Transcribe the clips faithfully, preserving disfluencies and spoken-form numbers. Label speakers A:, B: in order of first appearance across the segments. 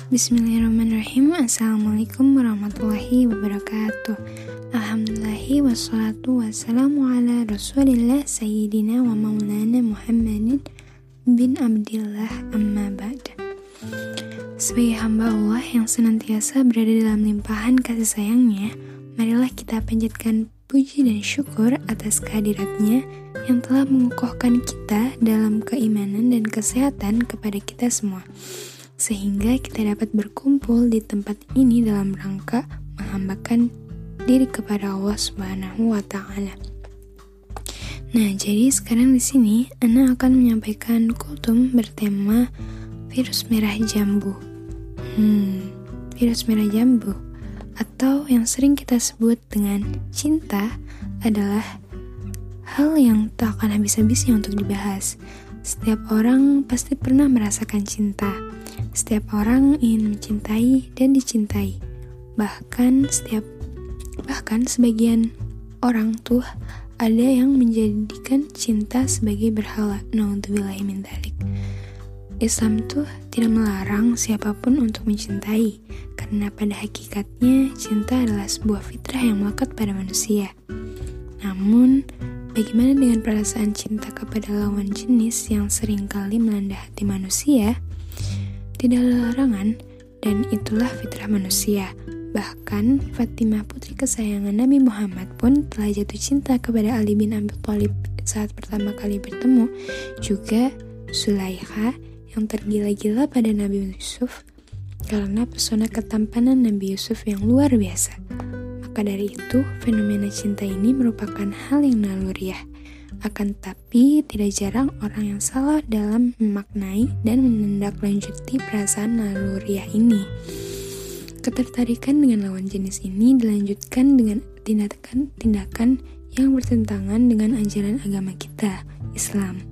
A: Bismillahirrahmanirrahim. Assalamualaikum warahmatullahi wabarakatuh. Alhamdulillahi wassalatu wassalamu ala rasulillah sayyidina wa maulana Muhammadin bin Abdillah, amma ba'd. Sebagai hamba Allah yang senantiasa berada dalam limpahan kasih sayangnya, marilah kita panjatkan puji dan syukur atas kehadiratnya yang telah mengukuhkan kita dalam keimanan dan kesehatan kepada kita semua, sehingga kita dapat berkumpul di tempat ini dalam rangka menghambakan diri kepada Allah Subhanahu wa Ta'ala. Nah, jadi sekarang di sini Ana akan menyampaikan kultum bertema virus merah jambu. Hmm, virus merah jambu atau yang sering kita sebut dengan cinta adalah hal yang tak akan habis-habisnya untuk dibahas. Setiap orang pasti pernah merasakan cinta. Setiap orang ingin mencintai dan dicintai. Bahkan setiap bahkan sebagian orang tuh ada yang menjadikan cinta sebagai berhala. Naudzubillahi min dzalik. Islam tuh tidak melarang siapapun untuk mencintai, karena pada hakikatnya cinta adalah sebuah fitrah yang melekat pada manusia. Namun, bagaimana dengan perasaan cinta kepada lawan jenis yang seringkali melanda hati manusia? Tidak ada larangan, dan itulah fitrah manusia. Bahkan, Fatimah putri kesayangan Nabi Muhammad pun telah jatuh cinta kepada Ali bin Abi Thalib saat pertama kali bertemu. Juga Sulaikha yang tergila-gila pada Nabi Yusuf karena pesona ketampanan Nabi Yusuf yang luar biasa. Maka dari itu, fenomena cinta ini merupakan hal yang naluriah. Akan tetapi, tidak jarang orang yang salah dalam memaknai dan menindaklanjuti perasaan naluriah ini. Ketertarikan dengan lawan jenis ini dilanjutkan dengan tindakan-tindakan yang bertentangan dengan ajaran agama kita, Islam.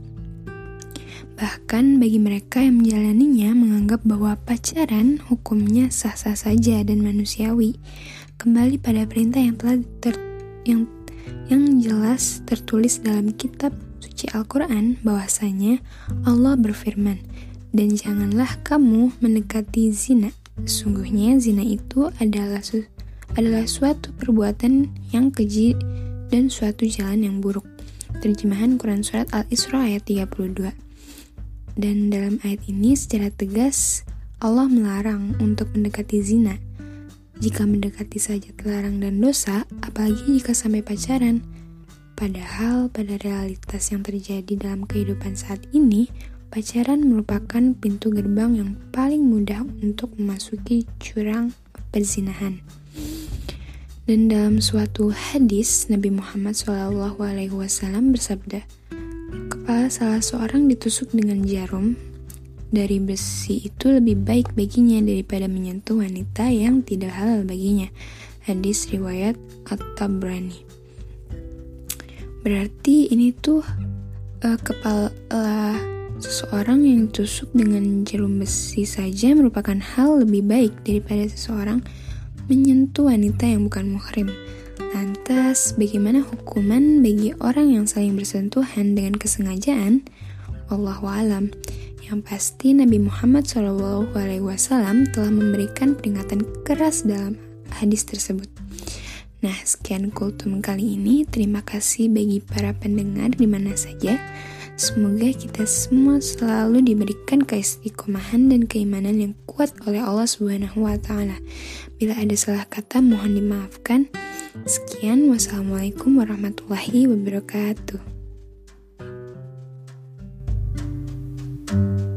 A: Bahkan bagi mereka yang menjalaninya menganggap bahwa pacaran hukumnya sah-sah saja dan manusiawi. Kembali pada perintah yang telah ter, yang yang jelas tertulis dalam kitab suci Al-Quran bahwasanya Allah berfirman, dan janganlah kamu mendekati zina. Sungguhnya zina itu adalah su, adalah suatu perbuatan yang keji dan suatu jalan yang buruk. Terjemahan Quran Surat Al-Isra ayat tiga puluh dua. Dan dalam ayat ini secara tegas Allah melarang untuk mendekati zina. Jika mendekati saja terlarang dan dosa, apalagi jika sampai pacaran. Padahal pada realitas yang terjadi dalam kehidupan saat ini, pacaran merupakan pintu gerbang yang paling mudah untuk memasuki jurang perzinahan. Dan dalam suatu hadis, Nabi Muhammad shallallahu alaihi wasallam bersabda, kepala salah seorang ditusuk dengan jarum dari besi itu lebih baik baginya daripada menyentuh wanita yang tidak halal baginya. Hadis riwayat At-Tabrani. Berarti ini tuh uh, kepala seseorang yang ditusuk dengan jarum besi saja merupakan hal lebih baik daripada seseorang menyentuh wanita yang bukan muhrim. Lantas, bagaimana hukuman bagi orang yang saling bersentuhan dengan kesengajaan? Wallahu a'lam. Yang pasti Nabi Muhammad shallallahu alaihi wasallam telah memberikan peringatan keras dalam hadis tersebut. Nah, sekian kultum kali ini. Terima kasih bagi para pendengar di mana saja. Semoga kita semua selalu diberikan keistiqomahan dan keimanan yang kuat oleh Allah Subhanahu wa Ta'ala. Bila ada salah kata, mohon dimaafkan. Sekian, wassalamualaikum warahmatullahi wabarakatuh.